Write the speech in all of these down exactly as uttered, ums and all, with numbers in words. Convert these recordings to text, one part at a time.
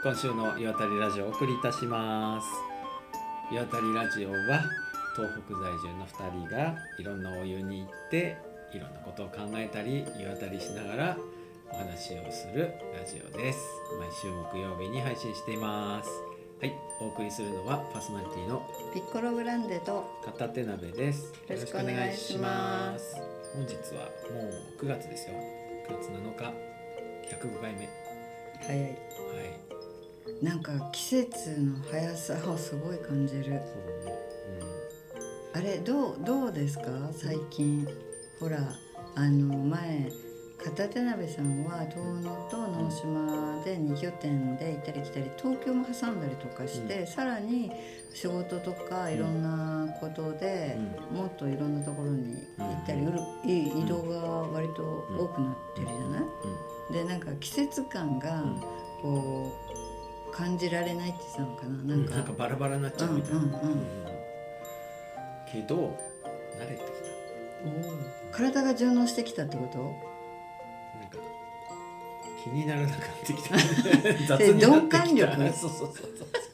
今週の岩谷ラジオをお送りいたします。岩谷ラジオは東北在住のふたりがいろんなお湯に行っていろんなことを考えたり岩谷しながらお話をするラジオです。毎週木曜日に配信しています。はい、お送りするのはパーソナリティのピッコログランデと片手鍋です。 よろしくお願いします。 本日はもうくがつですよ。くがつなのか、ひゃくごかいめ。 早い。 はい。 なんか季節の速さをすごい感じる。 そうね。 うん、あれどうどうですか最近。ほらあの前片手鍋さんは遠野と直島でに拠点で行ったり来たり東京も挟んだりとかして、うん、さらに仕事とかいろんなことで、うん、もっといろんなところに行ったり、うん、移動が割と多くなってるじゃない、うん、でなんか季節感がこう感じられないって言ってたのかな、なんか、 なんかバラバラになっちゃうみたいな、うんうんうん、けど慣れてきた。お体が順応してきたってこと？ なんか気にならなくなってきた雑になってきた。 鈍感力そうそうそう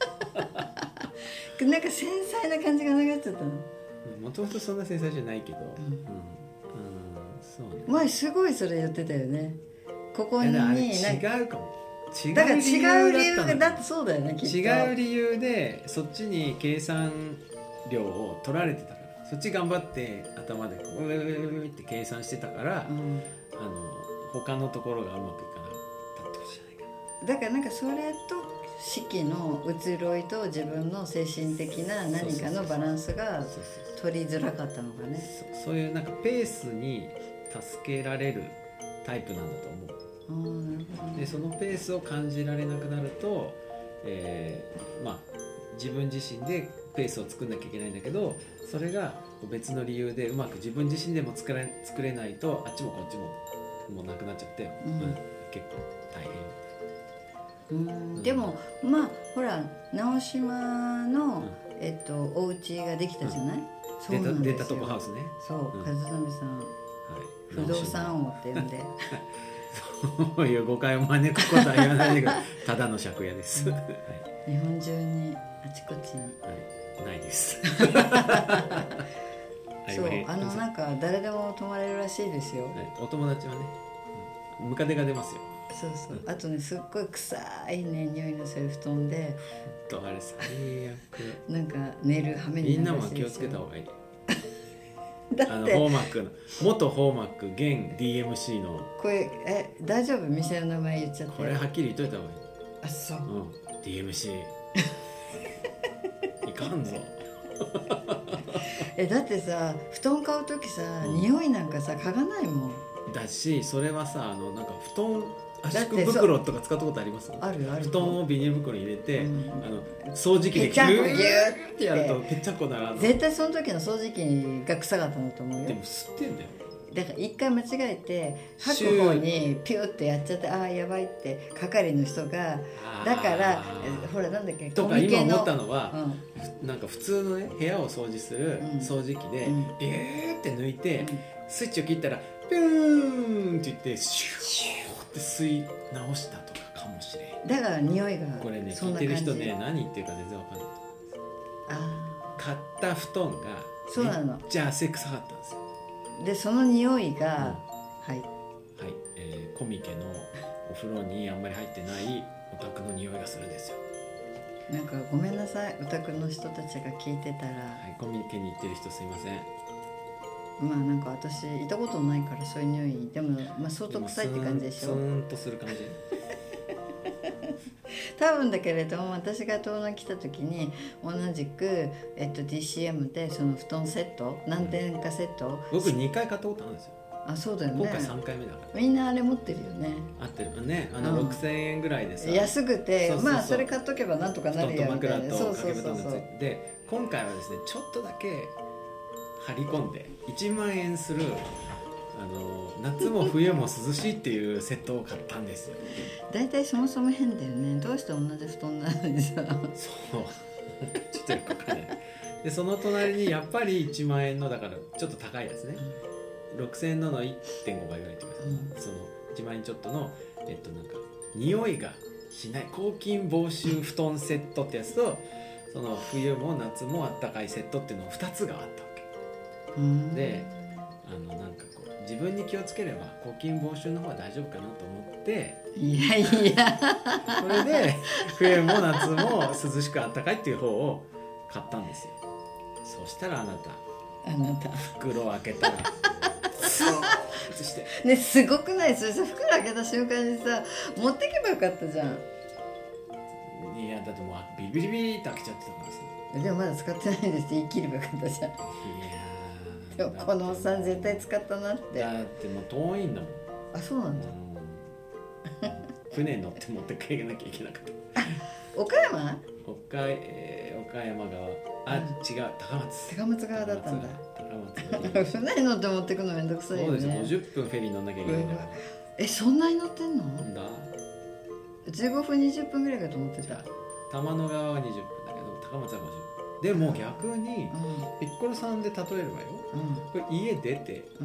そうなんか繊細な感じがなくなっちゃったの。 もともとそんな繊細じゃないけど、うんうんうん、そうね。 前すごいそれ言ってたよね。ここになんか違うかも。違うだから違う理由だがだってそうだよねきっと。 違う理由でそっちに計算量を取られてたから、そっち頑張って頭でこうウェウェウェって計算してたから、うん、あの他のところがうまくいかなかったってことじゃないかな。 だからなんかそれと四季の移ろいと自分の精神的な何かのバランスが取りづらかったのかね。 そう、そういうなんかペースに助けられるタイプなんだと思う。でそのペースを感じられなくなると、えーまあ、自分自身でペースを作んなきゃいけないんだけど、それが別の理由でうまく自分自身でも作れ、作れないとあっちもこっちももうなくなっちゃって、うんうん、結構大変。 うん、でもまあほら直島の、うんえっと、お家ができたじゃない、うん、 そうなんですよ。出たとこハウスね。 そう、うん、和富さん、はい、不動産王って呼んでそういう誤解を招くことは言わないでください。ただの借家です、はい、 日本中にあちこちに、 はい、ないですそうあのなんか誰でも泊まれるらしいですよ、はい、 お友達はね、うん、ムカデが出ますよ。 そうそう、うん、あとねすっごい臭いね匂いのする布団であれ最悪なんか寝る羽目になるらしいですよ。 みんなも気をつけた方がいいだってあのホーマックの元ホーマック現 ディーエムシー のこれえ大丈夫店の名前言っちゃって。 これはっきり言っといた方がいい。 あそう、うん、 ディーエムシー いかんぞえだってさ布団買う時さ、うん、匂いなんかさ嗅がないもんだし、それはさあのなんか布団圧縮袋とか使ったことあります？ あるある。 布団をビニール袋に入れて、うん、あの掃除機でギューってやるとぺっちゃこなら。 絶対その時の掃除機が臭かったんだと思うよ。 でも吸ってんだよ。 だから一回間違えて吐く方にピューってやっちゃって、ああやばいって係の人がだからほらなんだっけとか今思ったのは、うん、なんか普通のね部屋を掃除する掃除機で、うん、ビューって抜いて、うん、スイッチを切ったらピューンって言ってシューって吸い直したとかかもしれん。 だから匂いがこれね聞いてる人ね何言ってるか全然わかんないと思います。あ買った布団がめっちゃ汗臭かったんですよ。 でその匂いが、うん、はいはい、えー、コミケのお風呂にあんまり入ってないお宅の匂いがするんですよ。 なんかごめんなさいお宅の人たちが聞いてたら、はい、コミケに行ってる人すいません。 まあなんか私行ったことないからそういう匂いでも、まあ、相当臭いって感じでしょ。 スーンとする感じ多分だけれども私が東南来た時に同じく、えっと、ディーシーエム でその布団セット何点かセット、うん、 僕にかい買ったことあるんですよ。 あそうだよね。 今回さんかいめだからみんなあれ持ってるよね。 あってるね。あのろくせんえんぐらいでさ、 うん、安くてそうそうそうまあそれ買っとけばなんとかなるよみたいな。 布団と枕と掛け布団がついてで今回はですねちょっとだけ張り込んでいちまんえんするあの夏も冬も涼しいっていうセットを買ったんですよ。 だいたいそもそも変だよね。どうして同じ布団なのにさ。 そうちょっとよくわかんない。でその隣にやっぱりいちまんえんのだからちょっと高いやつね、ろくせんえんのの いってんご 倍ぐらいって言います、うん、そのいちまん円ちょっとのえっとなんか匂いがしない。抗菌防臭布団セットってやつと、その冬も夏もあったかいセットっていうのふたつがあったわけ。うんであのなんかこう自分に気をつければ抗菌防臭の方は大丈夫かなと思って、 いやいやそれで冬も夏も涼しくあったかいっていう方を買ったんですよ。そしたらあなたあなた袋を開けたらスーッとしてね、すごくない？それさ、袋開けた瞬間にさ持ってけばよかったじゃん。 いやだってもうビリビリビリって開けちゃってたからさ。 でもまだ使ってないですって言い切ればよかったじゃん。いやでもこのおっさん絶対使ったなって。 だってもう遠いんだもん。 あ、そうなんだ。 船に乗って持って帰らなきゃいけなかった岡山？ 岡, えー、岡山側あ、うん、違う高松高松側だったんだ。 高松船に乗って持ってくのめんどくさいよね。 そうです。ごじゅっぷんフェリー乗んなきゃいけないんだから。 え、そんなに乗ってんの？ なんだじゅうごふんにじゅっぷんぐらいかと思ってた。 玉野川はにじゅっぷんだけど高松はごじゅっぷんでも逆に、うん、ピッコロさんで例えればよ、うん、これ家出て、うん、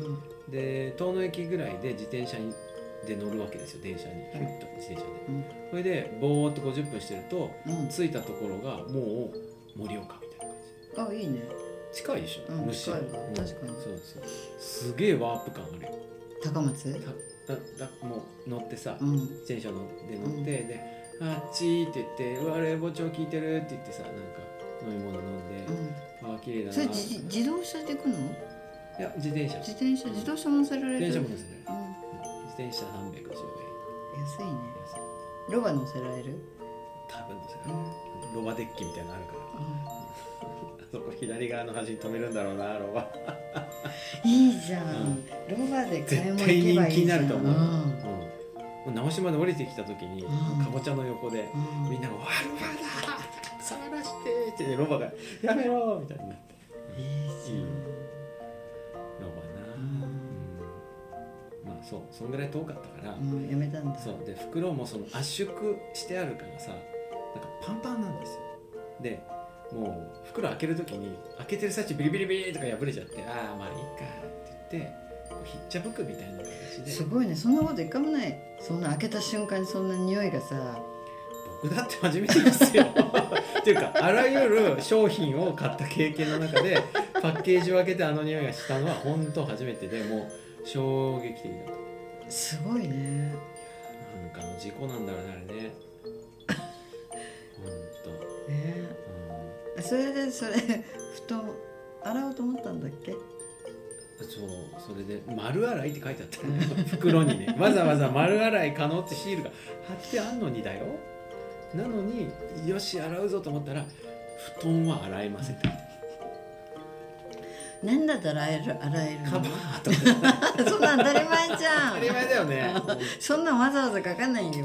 で遠野駅ぐらいで自転車にで乗るわけですよ。電車にヒュッと自転車で、うん、それでぼーっとごじゅっぷんしてると、うん、着いたところがもう盛岡みたいな感じ。 あ、いいね。 近いでしょ、うん、むしろ近いわ、確かに。そうそう、すげえワープ感あるよ。 高松だだもう乗ってさ、うん、自転車乗って乗って、うん、であっちーって言ってうわ冷房調効いてるって言ってさ、なんか飲み物飲んで、うん、あ綺麗だな。 それ自自動車で行くの？ いや自転車自転車自動車も乗せられる。 自転車も乗せられる、うん、自転車さんびゃくごじゅうえん。 安いね。ロバ乗せられる？ 多分乗せられる、うん、ロバデッキみたいなのあるから、うん、そこ左側の端に止めるんだろうなロバいいじゃん、うん、ロバで買い物行けばいいじゃん。絶対人気になると思う、うんうん、直島で降りてきた時に、うん、かぼちゃの横で、うん、みんなが「わロバだ触らして」って、ね、ロバが「やめろ」みたいになって、 いいじゃん、いいロバな、うんうん、まあそうそんぐらい遠かったから、 うん、やめたんだ。 そうで袋もその圧縮してあるからさ、なんかパンパンなんですよ。でもう袋開けるときに開けてる最中ビリビリビリとか破れちゃって、ああまあいいかって言ってこうひっちゃぶくみたいな形で。 すごいね、そんなこと一回もない。そんな開けた瞬間にそんな匂いがさ。 僕だって初めてですよっていうかあらゆる商品を買った経験の中でパッケージを開けてあの匂いがしたのは本当初めてで、もう衝撃的だった。 すごいね。 なんかの事故なんだろうねあれね本当ね、うん、それでそれ布団洗おうと思ったんだっけ。 そうそれで丸洗いって書いてあったね袋にねわざわざ丸洗い可能ってシールが貼ってあんのにだよ。なのによし洗うぞと思ったら布団は洗えませんって書いてある。 なんだったら洗える洗えるのカバーとかそんなん当たり前じゃん。 当たり前だよねそんなんわざわざ書かないよ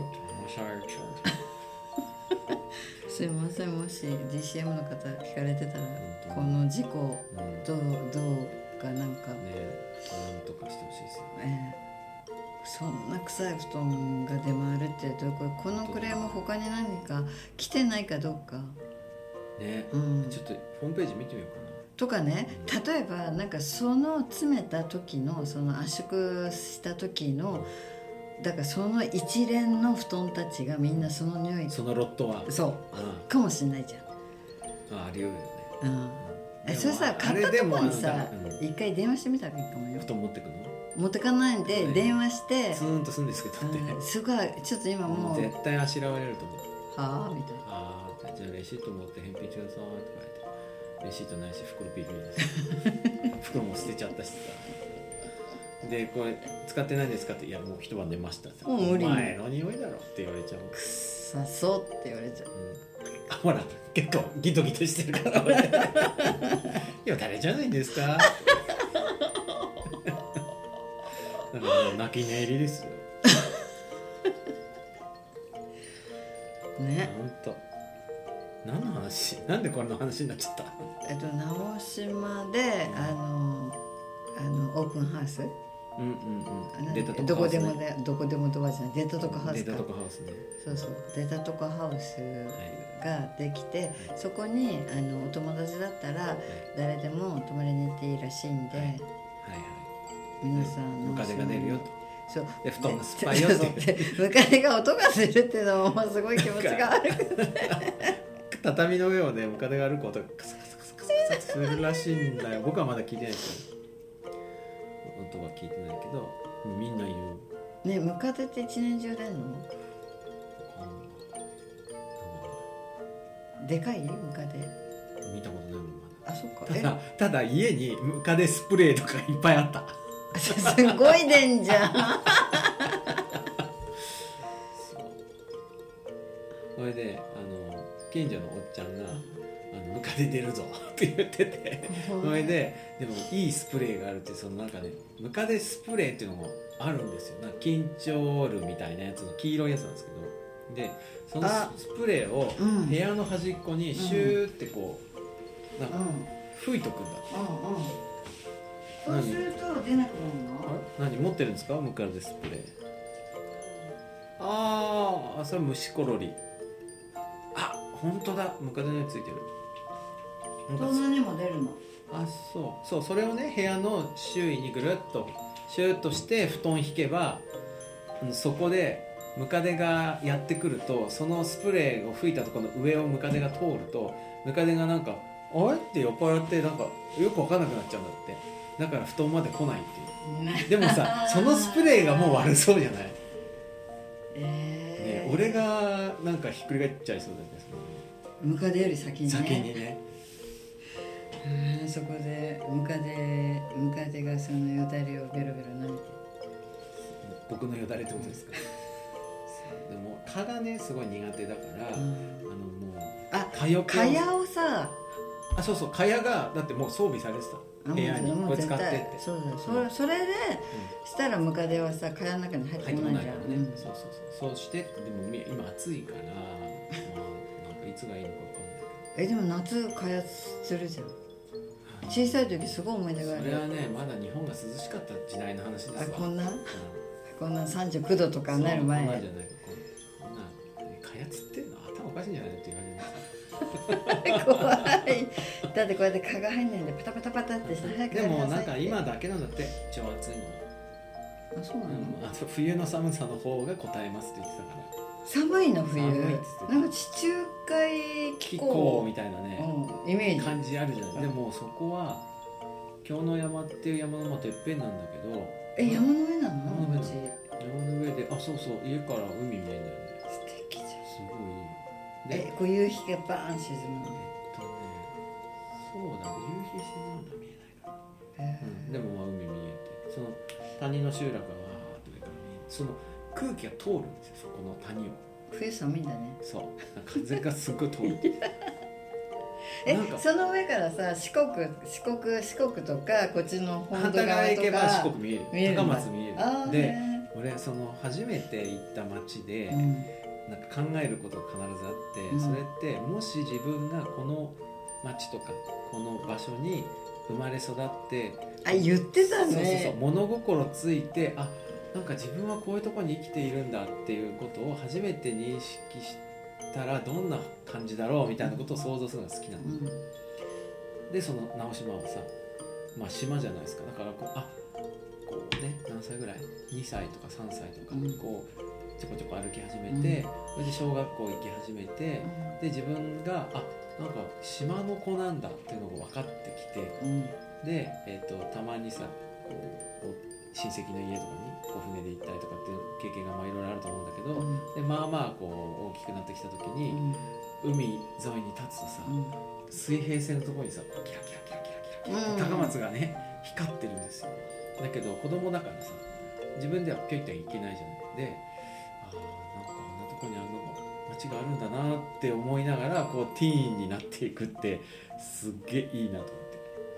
すいません、もし ディーシーエム の方聞かれてたらこの事故どう、どうかなんかね、なんとかしてほしいですよね、 えーそんな臭い布団が出回るってどうここのクレーム他に何か来てないかどうかね、うん、ちょっとホームページ見てみようかなとかね、例えばなんかその詰めた時のその圧縮した時のだからその一連の布団たちがみんなその匂いそのロットはそう、うん、かもしれないじゃん。 あ, あり得るよね、 うん、えそれさ買ったとこにさ一回電話してみたらいいかもよ。 布団持ってくの持ってかないんで電話してツーンとするんですけどって、 うん、すごいちょっと今もう絶対あしらわれると思う。 はあみたいな。 ああじゃあレシート持って返品してくださいとか言ってレシートないし袋ビリビリです袋も捨てちゃったしさでこれ使ってないんですかっていやもう一晩寝ましたもう無理前の匂いだろって言われちゃう。 くっさそうって言われちゃう、うん、 あほら結構ギトギトしてるから俺いや誰じゃないんですかだから泣き寝入りですよね。 ほんと何の話なんでこんな話になっちゃった。 えっと直島であのあのオープンハウス、 うんうんうん、出たとどこハウス、ね、 こでもでどこでもドアじゃない出たとこハウスか。 出たとこハウスね。 そうそう出たとこハウスができて、はい、そこにあのお友達だったら誰でも泊まりに行っていいらしいんで、はいはいはい、皆さんムカデが出るよと。 そうで布団が酸っぱいよってムカデが音がするっていうのもすごい気持ちが悪くて畳の上をねムカデが歩く音がカサカサカサカサカサするらしいんだよ。僕はまだ聞いてないですよ、音は聞いてないけどみんな言うね。ムカデって一年中出んの？でかいムカデ見たことないもんまだ。 あ、そっか。 ただただ家にムカデスプレーとかいっぱいあった。 すごい出んじゃんそれであの近所のおっちゃんがあのムカデ出るぞって言っててそれででもいいスプレーがあるって、そのなんかねムカデスプレーっていうのもあるんですよ。なんか緊張ルみたいなやつの黄色いやつなんですけど、でそのスプレーを部屋の端っこにシューってこうなんか吹いとくんだって、 うんうん、そうすると出なくなるの？ 何持ってるんですかムカデスプレー？ああ、それ虫コロリ。あ、本当だ、ムカデのやつついてる。 そんなにも出るの？ あ、そうそう、それをね部屋の周囲にぐるっとシューッとして布団引けば、そこでムカデがやってくると、そのスプレーを吹いたところの上をムカデが通ると、ムカデがなんかあれって酔っ払ってなんかよく分かんなくなっちゃうんだって。だから布団まで来ないっていう。でもさ、そのスプレーがもう悪そうじゃない？ えーね、俺がなんかひっくり返っちゃいそうだよね。 ムカデより先にね。 先にね。 うん、そこでムカデムカデがそのよだれをベロベロ舐めて。 僕のよだれってことですか？でも蚊がねすごい苦手だから、うん、あのもうあ蚊よけを蚊帳をさあそうそう蚊帳がだってもう装備されてた部屋にこれ使ってってそうだ、それ、それで、うん、したらムカデはさ蚊帳の中に入ってこないじゃん、ねうん、そうそうそうそうしてでも今暑いから、まあ、なんかいつがいいのか分かんないけどえでも夏蚊帳するじゃん。小さい時すごい思い出がある。 それはねまだ日本が涼しかった時代の話ですわ。 あこんな、うん、こんなさんじゅうきゅうどとかなる前。 こんなんじゃないこんな蚊帳つってんの頭おかしいんじゃないって言われます怖い。だってこうやって蚊が入んないんでパタパタパタってして早くでもなんか今だけなんだって超暑いのは。 あそうなの、うん、 あと冬の寒さの方が答えますって言ってたから。 寒いの冬寒いって言ってた。 なんか地中海気候気候みたいなね、 うん、イメージ感じあるじゃない、うん、でもそこは京の山っていう山のてっぺんなんだけどえ山の上なの？ 山の上山の上であそうそう家から海見えるんだよね。 素敵じゃん。 すごいいいよ。 えこう夕日がバーン沈むの？ えっとねそうだ夕日沈むのは見えないから、えーうん、でもまあ海見えてその谷の集落がわーっと上から見える。その空気が通るんですよそこの谷を。 冬寒いんだね。 そう風がすごい通るえその上からさ四国四国四国とかこっちの本土側とか反対側行けば四国見える。 見える高松見える。でね俺その初めて行った町で、 うん、 なんか考えることが必ずあって、うん、それってもし自分がこの町とかこの場所に生まれ育ってあ言ってたね。 そうそうそう物心ついてあなんか自分はこういうところに生きているんだっていうことを初めて認識したらどんな感じだろうみたいなことを想像するのが好きなの、うん、でその直島はさ、まあ、島じゃないですか。だからこうあこうね何歳ぐらいにさいとかさんさいとか、うん、こうちょこちょこ歩き始めて、うん、それで小学校行き始めて、うん、で自分があなんか島の子なんだっていうのが分かってきて、うん、で、えーと、たまにさこう親戚の家とかにこう船で行ったりとかっていう経験がまあいろいろあると思うんだけど、うん、でまあまあこう大きくなってきた時に、うん、海沿いに立つとさ、うん、水平線のところにさキラキラキラキラキラキラ、うん、高松がね光ってるんですよ。だけど子供だからさ自分ではピョイってはいけないじゃない。でああなんかあんなとこにあるの街があるんだなって思いながらこうティーンになっていくってすっげえいいなと思って。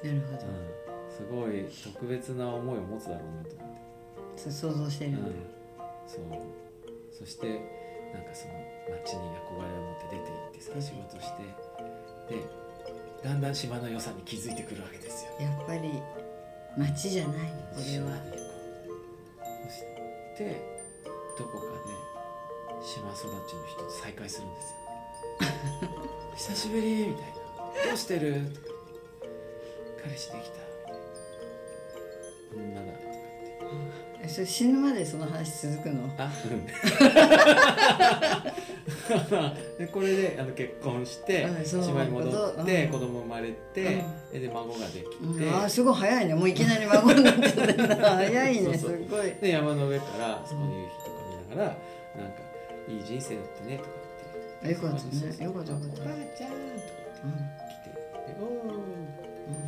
なるほど、 うんすごい特別な思いを持つだろうなと思って。 そう想像してる、うん、 そうそしてなんかその街に憧れを持って出て行ってさ仕事してでだんだん島の良さに気づいてくるわけですよ。 やっぱり街じゃないこれは。 そしてどこかで島育ちの人と再会するんですよ久しぶりみたいなどうしてるとか彼氏できた女だとか言ってそれ死ぬまでその話続くの？ あ、うんでこれであの結婚して、うん、島に戻って、うん、子供生まれて、うん、で孫ができて、 うん、あすごい早いね、もういきなり孫になっちゃったんだ早いね、すごい。 で山の上からそこに夕日とか見ながら、うん、なんかいい人生だったねとか言って、 よかったね、よかったよかった、おばあちゃんとか言って、うん、来て、でおー、うん、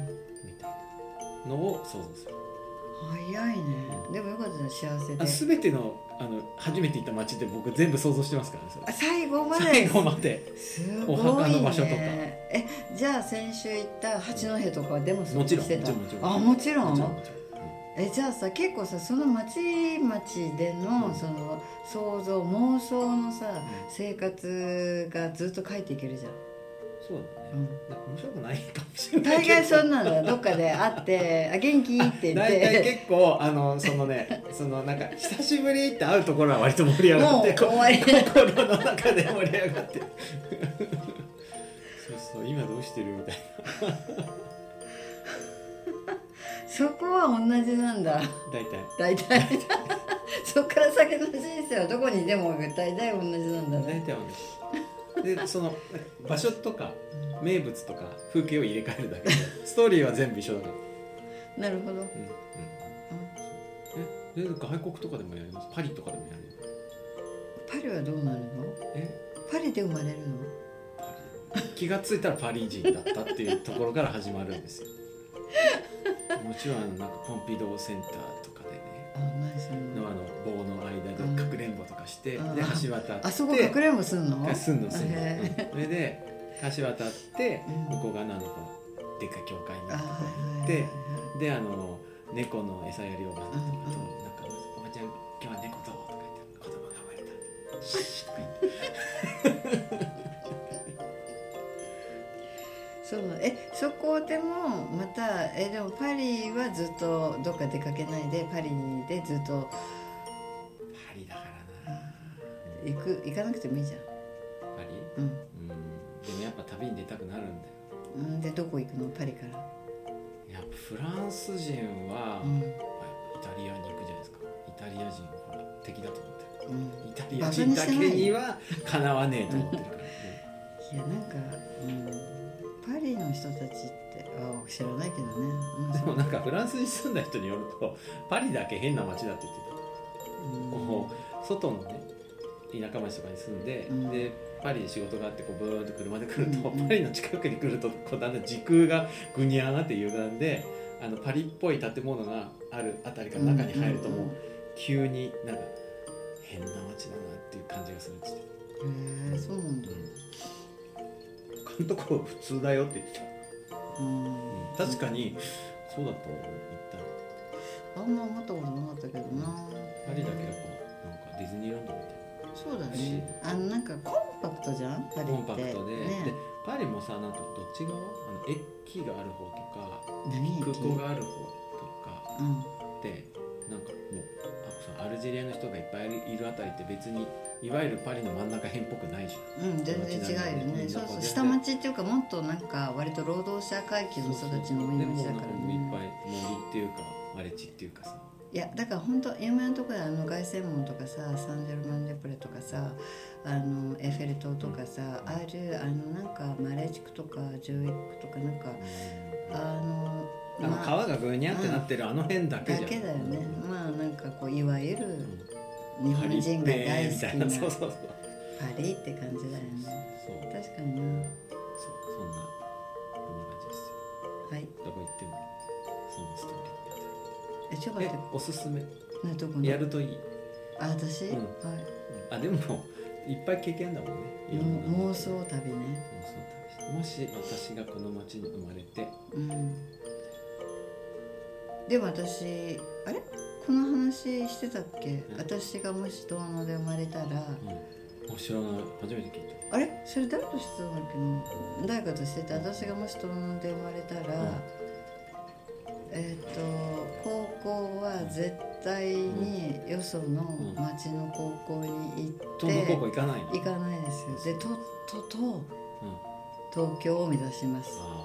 みたいなのを想像する。 早いね、うん、でもよかったね、幸せで。 すべての、あの初めて行った街で僕全部想像してますからね、それ最後まで最後まですごい、ね、お墓の場所とか。 え、じゃあ先週行った八戸とかでも想像してた？ もちろん、 あ、もちろん、 もちろん、 え、じゃあさ、結構さ、その町々での、うん、その想像妄想のさ、うん、生活がずっと書いていけるじゃん。 そうだね、うん、面白くないかもしれない大概そんなのどっかで会ってあ元気って言って大体結構あのそのねそのなんか久しぶりって会うところは割と盛り上がってもう終わり心の中で盛り上がってそうそう今どうしてるみたいなそこは同じなんだ大体大体そっから先の人生はどこにでも大体同じなんだね。 大体同じでその場所とか名物とか風景を入れ替えるだけでストーリーは全部一緒だから。 なるほど、うんうん、 え、で外国とかでもやります？パリとかでもやる？ パリはどうなるの？え、パリで生まれるの？ パリ気がついたらパリ人だったっていうところから始まるんですよもちろんあのなんかポンピドーセンターとかでね、 あ、何そののあの棒の間でかくれんぼとかして、うん、で橋渡って、 あそこかくれんぼすんの？ すんのすんの、それで橋渡って向こう側のあのでっかい教会に行って、であの猫の餌やりおばさんとかと、なんかおばちゃん今日は猫ととか言って子供が生まれたシッとか言ってそう、え、そこでもまたえでもパリはずっとどっか出かけないでパリでずっとパリだからな、 行く行かなくてもいいじゃん。 パリ？うん、うん、でもやっぱ旅に出たくなるんだよ。 うんでどこ行くの？パリから。 やっぱフランス人は、うん、イタリアに行くじゃないですか。イタリア人ほら敵だと思ってる、うん、イタリア人だけにはかなわねえと思ってるから、ね、 いやなんか、うん、パリの人たちってあ知らないけどね、 うん、でもなんかフランスに住んだ人によるとパリだけ変な街だって言ってた、うん、こう外のね田舎町とかに住んで、うん、でパリで仕事があってこうブーンと車で来ると、うん、パリの近くに来るとこうだんだん時空がぐにゃーって歪んであのパリっぽい建物があるあたりから中に入るともう急になんか変な街だなっていう感じがするんですよ。 へえ、そうなんだ、うん、 他のところ普通だよって言ってた、うんうん、確かにそうだと言ったあんま思ったことなかったけどな、うん、 パリだけやっぱなんかディズニーランドみたいな。 そうだね、あのなんかコンパクトじゃんパリって。 コンパクトで、ね、でパリもさなんかどっち側あの駅がある方とか空港がある方とか、うん、でなんかもうあアルジェリアの人がいっぱいいるあたりって別にいわゆるパリの真ん中辺っぽくないじゃん。 うん、全然違うよね。そうそう、下町っていうかもっとなんか割と労働者階級の人たちのイメージだからね。 いっぱい森っていうか荒れ地っていうかさ。 いやだから本当有名なところであの凱旋門とかさサンジェルマン・デ・プレとかさあのエッフェル塔とかさ、うん、あるあのなんかマレー地区とかジューエックとかなんか、うん、あのあの川がぐにゃってなってる、うん、あの辺だけじゃん。 だけだよね、うん、まあなんかこういわゆる日本人が大好きなそうそうそうパリって感じだよね。そう確かにな。 そうそんなこんな感じですよ。はい。どこ行ってもそのストーリー。 えちょっと待っておすすめ、 ね、どこやるといい。 あ私、うん、はい、 あでもいっぱい経験だもんね。 妄想旅ね。 妄想旅。もし私がこの町に生まれて、うん、 でも私あれこの話してたっけ、うん、私がもし遠野で生まれたら、 うん、知らない初めて聞いた。あれそれ誰としてたんだっけな。誰かとしてて私がもし遠野で生まれたら、うんえー、と高校は絶対によその町の高校に行って、 うん、東京高校行かないの？ 行かないですよ。でとっとと、うん、東京を目指します。 あ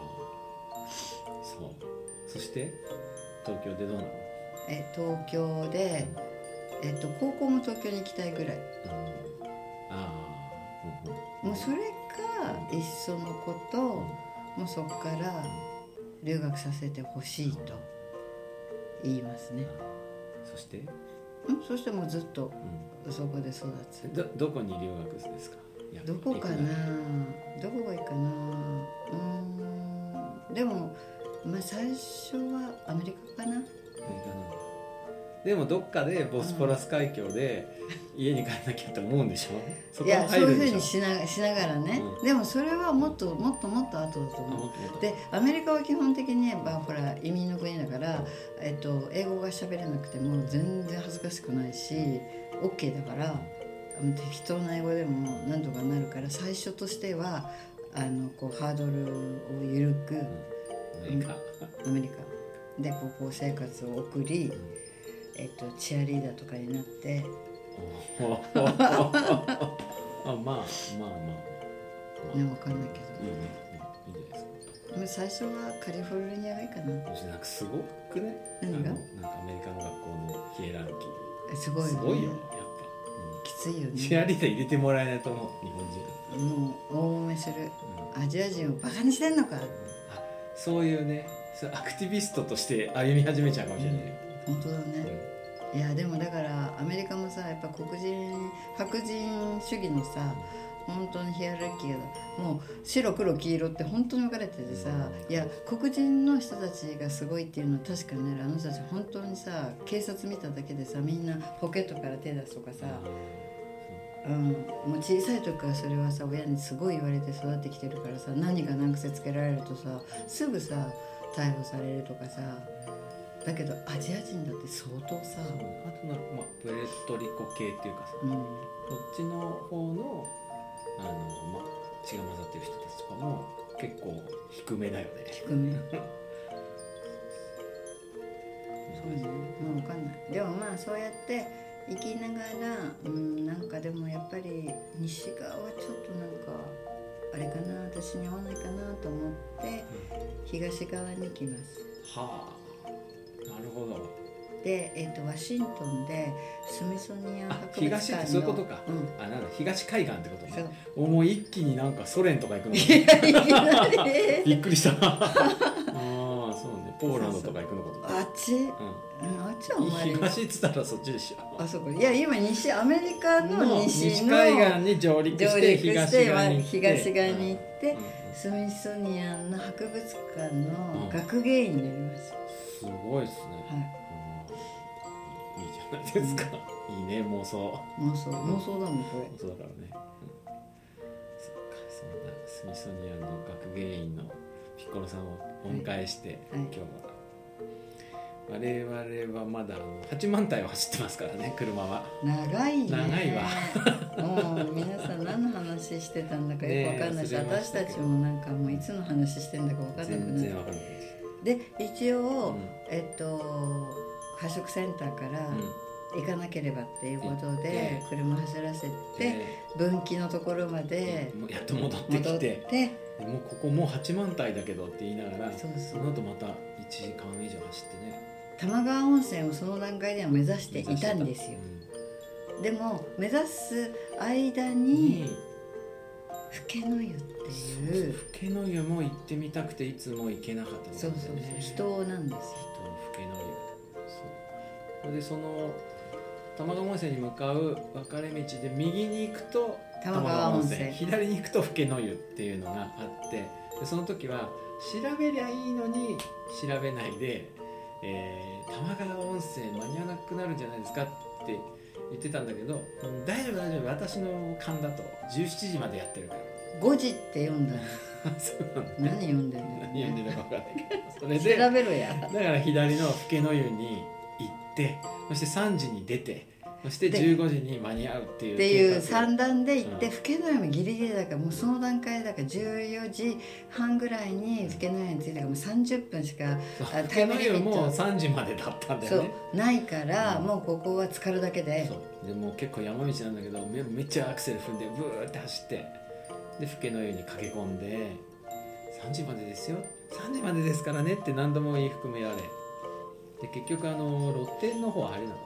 そうそして東京でどうなの？ え東京で、 えっと、高校も東京に行きたいぐらい、うん、 ああ、 もうそれかいっそのこと、もうそこから留学させてほしいと言いますね。 そしてうん、そしてもうずっとそこで育つ。 ど, どこに留学ですか？ どこかな、どこがいいかな。うーん、でも、まあ、最初はアメリカかな。アメリカなんだ。 でもどっかでボスポラス海峡で家に帰んなきゃって思うんでしょ？そこいや、そういうふうにしな, しながらね、うん、でもそれはもっともっともっと後だと思う。でアメリカは基本的に言えばほら移民の国だから、えっと、英語が喋れなくても全然恥ずかしくないし OK だから、適当な英語でもなんとかなるから、最初としてはあのこうハードルを緩く、うん、アメリカアメリカで高校生活を送り、えっと、チアリーダーとかになってあまあまあまあまあ、 ね、分かんないけど、いいね、 いいんじゃないですか。 最初はカリフォルニアがいいかな。 なんかすごくね、 何が？ なんかアメリカの学校のヒエラルキーすごいよね。 すごいよ、やっぱ、 うん、きついよね。 チアリーダー入れてもらえないと思う、日本人。もう大揉めする、うん、アジア人をバカにしてんのか、うん、あ、 そういうね、そうアクティビストとして歩み始めちゃうかもしれないよ、 うん、本当だね、うん、いやでもだからアメリカもさ、やっぱ黒人白人主義のさ、本当にヒエラルキーがもう白黒黄色って本当に分かれててさ、いや黒人の人たちがすごいっていうのは確かにね、あの人たち本当にさ、警察見ただけでさ、みんなポケットから手出すとかさ、うん、もう小さい時からそれはさ、親にすごい言われて育ってきてるからさ、何か難癖つけられるとさ、すぐさ逮捕されるとかさ。だけどアジア人だって相当さ、 あとなんか、まあ、プエルトリコ系っていうかさ、うん、こっちの方のあの、まあ、血が混ざってる人たちとかも結構低めだよね。 低めそうね、もう分かんない。でもまあそうやって生きながら、うん、なんかでもやっぱり西側はちょっとなんかあれかな、私に合わないかなと思って東側に来ます。 はあ、なるほど。 で、えー、とワシントンでスミソニアン博物館の東ってそういうことか、うん、あ、なんだ、東海岸ってことね。 そうもう一気になんかソ連とか行くのいやいきなりびっくりしたああ、そうね、ポーランドとか行くのことか。 あっち、うん、あっちはあんまり東っつったらそっちでしょ。 あそこ、いや今西アメリカの西の西海岸に上陸して東側に行って東側に行って、うん、スミソニアンの博物館の学芸員になります、 うん、すごいですね、はい、いいじゃないですか、うん、いいね、妄想妄想妄想だもんこれ。 妄想だからね、うん、そっか、そんなスミソニアンの学芸員のピッコロさんをお迎えして、はいはい、今日は我々はまだはちまん体を走ってますからね、車は。 長いね。 長いわもう皆さん何の話してたんだかよく分かんないし、ね、私たちもなんかもういつの話してんだか分かんなくなる。 全然分かんないで一応、うん、えっと発色センターから行かなければっていうことで、うん、車走らせて分岐のところまでやっと戻ってきて、もうここもうはちまん体だけどって言いながら、そうそう、その後またいちじかん以上走ってね、 玉川温泉をその段階では目指していたんですよ、うん、でも目指す間にふけの湯っていう、 ふけの湯も行ってみたくていつも行けなかったんですよね。そうそうそう、人なんですよ、 人のふけの湯。そうで、その玉川温泉に向かう分かれ道で右に行くと玉川温泉、左に行くとふけの湯っていうのがあって、でその時は調べりゃいいのに調べないで、えー、玉川温泉間に合わなくなるんじゃないですかって言ってたんだけど、うん、大丈夫大丈夫、私の勘だとじゅうしちじまでやってるから。 ごじって読んだそうなんだ、ね、 何読んでんの、ね、 何読んでるか分かんないけど、それで調べろや。 だから左のふけの湯に行って、そしてさんじに出て、そしてじゅうごじに間に合うっていうっていう三段で行って、うん、ふけの湯もギリギリだから、もうその段階だからじゅうよじはんぐらいにふけの湯に着いたから、もうさんじゅっぷんしかタイムリミットもさんじまでだったんだよね。 そうないから、うん、もうここは浸かるだけで、 そうでもう結構山道なんだけど、め, めっちゃアクセル踏んでブーって走って、でふけの湯に駆け込んで、さんじまでですよ、さんじまでですからねって何度も言い含められ、で結局あの露天の方は入れなかったよね。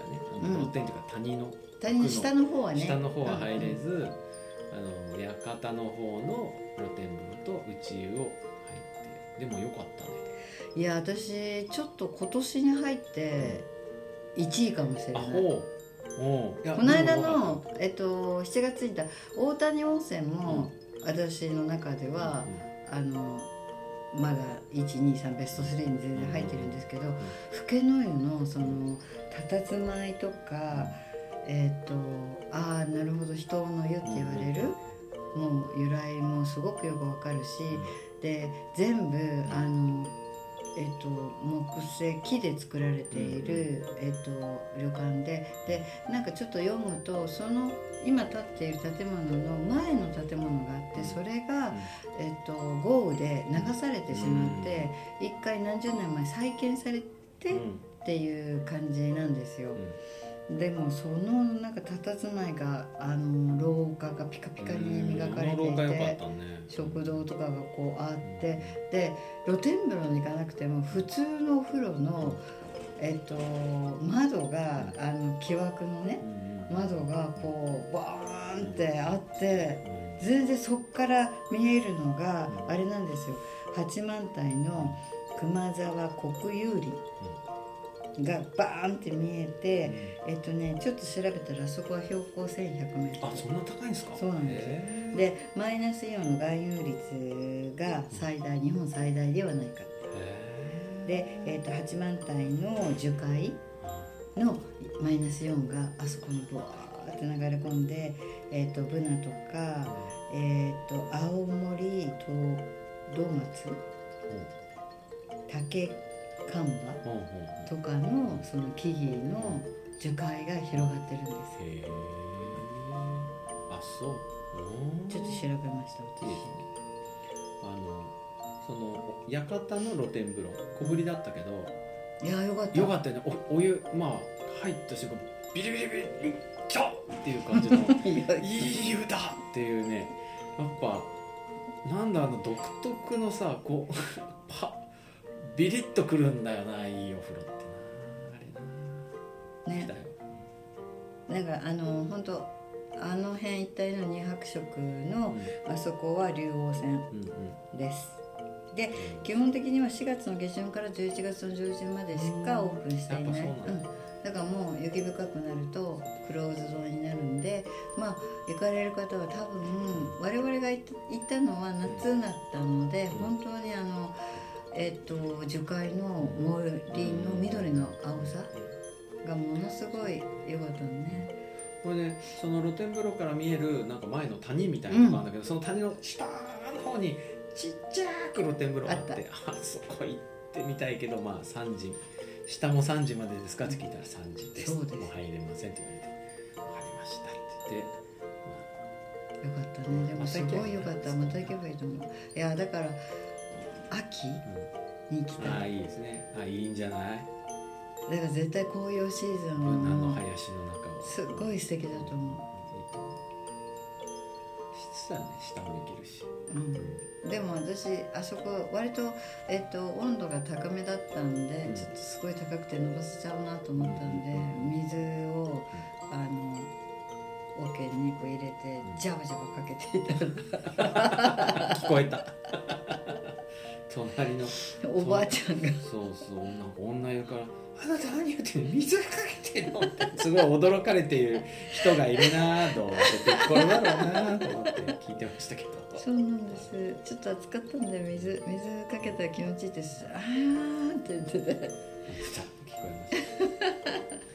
ね、あの露天というか谷の谷の下の方はね下の方は入れず、うん、あの館の方の露天風呂と内湯を入ってでもよかったね。 いや私ちょっと今年に入っていちいかもしれない。あほうおうこの間の、えっと、しちがつに行った大谷温泉も、うん、私の中では、うん、あのまだいちにさんベストスリーに全然入ってるんですけど、うん、フケノ湯のその佇まいとか、えっとああなるほど人の湯って言われる、うん、もう由来もすごくよくわかるし、うん、で全部あのえっと、木製木で作られている、えっと、旅館で、でなんかちょっと読むとその今建っている建物の前の建物があってそれが、えっと、豪雨で流されてしまって一回何十年前再建されてっていう感じなんですよ。でもそのなんか佇まいがあの廊下がピカピカに磨かれていて、ね、食堂とかがこうあってで露天風呂に行かなくても普通のお風呂の、えっと、窓があの木枠のね窓がこうバーンってあって全然そっから見えるのがあれなんですよ。八幡平の熊沢国有林がバーンって見えて、うん、えっとねちょっと調べたらそこは標高せんひゃくメートル。 あ、そんな高いんですか。 そうなんですよ。でマイナスイオンの含有率が最大、うん、日本最大ではないかで、えっと八幡平の樹海のマイナスイオンがあそこにブワーって流れ込んで、えっとブナとか、えっと青森とドーマツ、竹カンバとかのその木々の樹海が広がってるんです。へー、 あ、そう。 ちょっと調べました私。いいですね。 あのその館の露天風呂小ぶりだったけど、 いやよかった。 よかったよね。お, お湯まあ入った瞬間ビリビリビリキャッっていう感じのいい湯だっていうね。やっぱなんだあの独特のさこうパビリッとくるんだよな、いいお風呂ってな、あれな。ね。 なんかあの本当あの辺一帯の二白色の、うん、あそこは竜王線です。うんうん、で、うん、基本的にはしがつの下旬からじゅういちがつの上旬までしかオープンしていない。うん、だからもう雪深くなるとクローズドになるんで、まあ行かれる方は多分我々が行ったのは夏だったので、本当にあの。えっと、樹海の森の緑の青さがものすごい良かったね。 これね、その露天風呂から見えるなんか前の谷みたいなのがあるんだけど、うん、その谷の下の方にちっちゃく露天風呂があって、あ, あそこ行ってみたいけど、まあさんじ下もさんじまでですかって聞いたらさんじです、うん、もう入れませんって言われて分かりましたって言って、 まあ、よかったね。でもすごいよかった。また行けばいいと思う。いやだから秋に行きたい、 うん、あいいですね。あいいんじゃない。 だから絶対紅葉シーズンの菜の林の中をすごい素敵だと思う、うん、いいと思う。 湿だね、下も行けるし、 うん、でも私あそこ割と、えっと、温度が高めだったんで、うん、ちょっとすごい高くて伸ばせちゃうなと思ったんで、うん、水を、うん、あの桶にこう入れてジャバジャバかけていたら聞こえた隣のおばあちゃんがそうそうなんか女湯からあなた何言ってんの水かけてんのってすごい驚かれている人がいるなと思ってこれだろうなと思って聞いてましたけどそうなんです。ちょっと暑かったんで水水かけたら気持ちいいですあーって言ってて聞こえました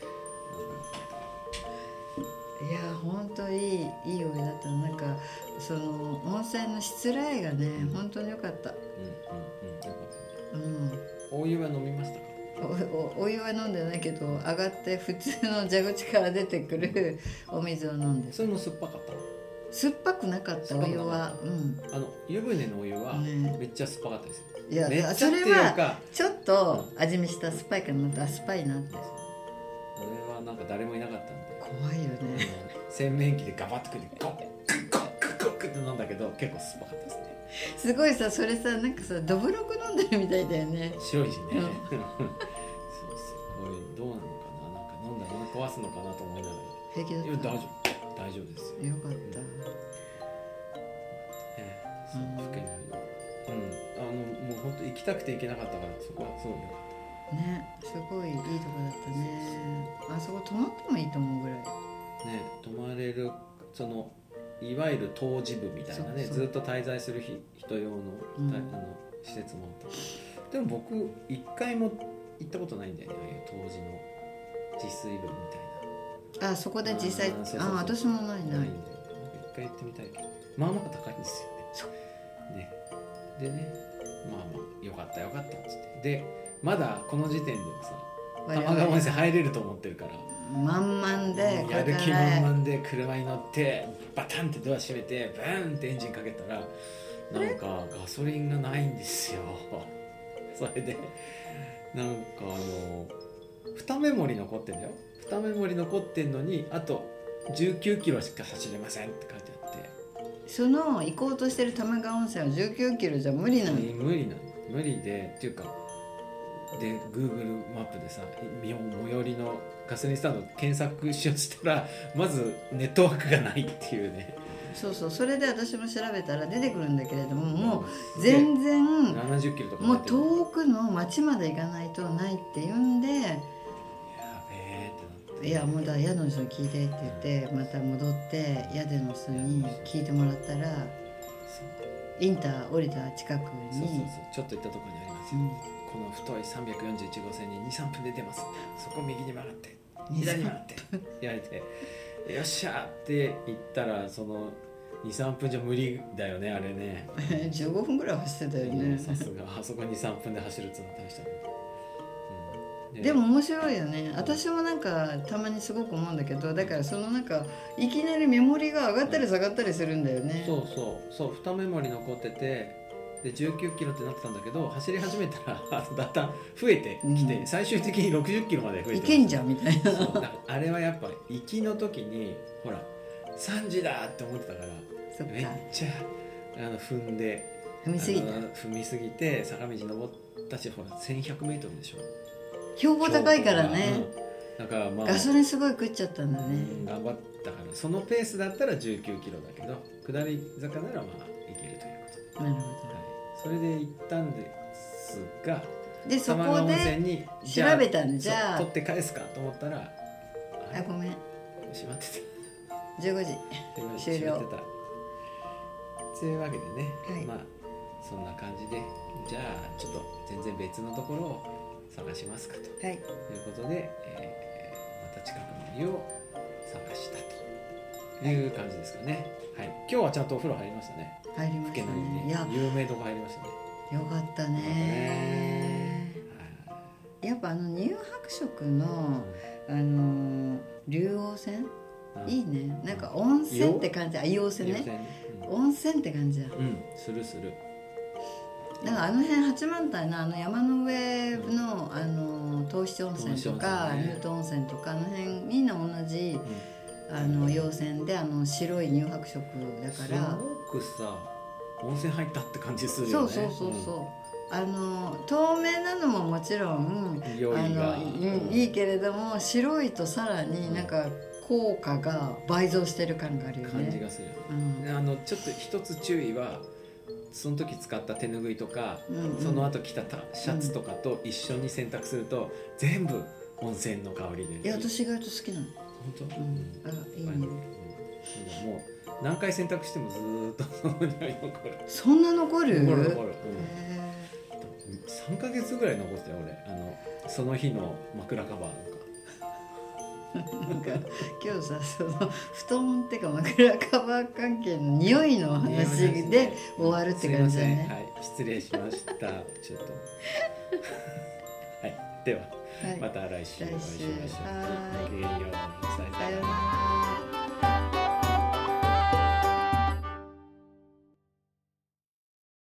いや本当いいいいお湯だった。なんかその温泉のしつらいがね、うん、本当に良かった。うんうんうん、よかった。うん。お湯は飲みましたか？ お, お, お湯は飲んでないけど、上がって普通の蛇口から出てくるお水を飲んで。 それも酸っぱかった？ 酸っぱくなかったお湯は。うん。 あの湯船のお湯はめっちゃ酸っぱかったですよ。 いや、めっちゃそれはちょっと味見した酸っぱいかなって、あ酸っぱいなって。 俺はなんか誰もいなかったんで。 怖いよね。 洗面器でガバッとくってゴッゴッゴッゴッゴッって飲んだけど結構酸っぱかったですね。 すごいさ、それさなんかさどぶろく飲んでるみたいだよね。 白いしね。うん、そうそうこういうどうなのかな、なんか飲んだら壊すのかなと思いながら平気だった。 いや大丈夫大丈夫ですよ。 よかった。 ええ、そう老けないよ。うん、あのもう本当行きたくて行けなかったからそこはすごいよかった。 ね、すごいいいとこだったね。あそこ泊まってもいいと思うぐらい。 ね、泊まれるそのいわゆる湯治部みたいなね、 そうそうずっと滞在する人用の、うん、あの施設もあった。でも僕一回も行ったことないんだよね、ああいう湯治の自炊部みたいな。 あ、そこで実際、あ、そうそうそう、あ、私もないな。ないんだよ。 一回行ってみたいけど、まあまあ高いんですよね。そうね。でね、まあまあよかったよかったっつって。で、まだこの時点ではさ、玉川温泉入れると思ってるから。 満々でやる気満々で車に乗ってバタンってドア閉めてブーンってエンジンかけたらなんかガソリンがないんですよ。それでなんかあのにメモリ残ってんだよ。にメモリ残ってんのにあとじゅうきゅうキロしか走れませんって書いてあって、 その行こうとしてる玉川温泉はじゅうきゅうキロじゃ無理なの。 無理なの無理でっていうかで Google マップでさ最寄りのガソリンスタンド検索しようとしたらまずネットワークがないっていうね。 そうそう、それで私も調べたら出てくるんだけれども、もう全然ななじゅっキロとかもう遠くの町まで行かないとないって言うんで、やべえってなって、 いやもうだ宿の人に聞いてって言ってまた戻って宿の人に聞いてもらったら、インター降りた近くにそうそうそう、ちょっと行ったところにありますよ、うん、この太いさんびゃくよんじゅういち号線に にさんぷんで出ます、そこ右に曲がって左に曲がって言われてよっしゃって言ったらその にさんぷんじゃ無理だよねあれね。 じゅうごふんぐらい走ってたよね。 さすがあそこにさんぷんで走るってのは大したね、 うん、でも面白いよね。私もなんかたまにすごく思うんだけど、だからそのなんかいきなりメモリが上がったり下がったりするんだよね、 うん、そうそうそう、にメモリ残っててでじゅうきゅうキロってなってたんだけど、走り始めたらだんだん増えてきて、うん、最終的にろくじゅっキロまで増えていけんじゃんみたいな。 そうだあれはやっぱ行きの時にほらさんじだって思ってたからめっちゃあの踏んで踏みすぎた踏みすぎて坂道登ったし、ほらせんひゃくメートルでしょ、 標高高いからね、 うん、だからまあガソリンすごい食っちゃったんだね、 うん、頑張ったからそのペースだったらじゅうきゅうキロだけど下り坂ならまあ行けるということで、 なるほど、はい、 それで行ったんですが、 でそこで調べたんじゃあ取って返すかと思ったら、 あごめん閉まってた、 じゅうごじ終了というわけでね、 はい、 まあそんな感じでじゃあちょっと全然別のところを探しますかと、はい、いうことで、えー、また近くの湯を探したという感じですかね、はい、今日はちゃんとお風呂入りましたね。 入りましたね、 ね、いや有名どこ入りましたね。 よかったね、はい、やっぱあの乳白色の、うん、あの竜王泉、うん、いいね、なんか温泉って感じ、あ、硫黄泉ね、うん、温泉って感じだ、 うん、するする。 だからあの辺八幡平のあの山の上の、うん、あの東七温泉とか乳頭、ね、温泉とかあの辺みんな同じ、うん、あの硫黄泉であの白い乳白色だからすごくさ温泉入ったって感じするよね。 そうそうそうそう、うん、あの透明なのももちろんあのいい、いいけれども白いとさらになんか効果が倍増してる感があるよね。 感じがする、うん、あのちょっと一つ注意はその時使った手ぬぐいとか、うんうん、その後着たシャツとかと一緒に洗濯すると、うん、全部温泉の香りで、 いや私意外と好きなの。 本当、 うん、あいいね、うん、もう何回洗濯してもずーっとその匂い残る。 そんな残る？ 残る残る、うん、さんかげつぐらい残ってたよ俺、あのその日の枕カバーなんかなんか今日さその布団っていうか枕カバー関係の匂いの話で終わるって感じだね。 はい、失礼しましたちょっとはいでは、はい、また来週お会いしましょう。ごきげんよう。さよなら。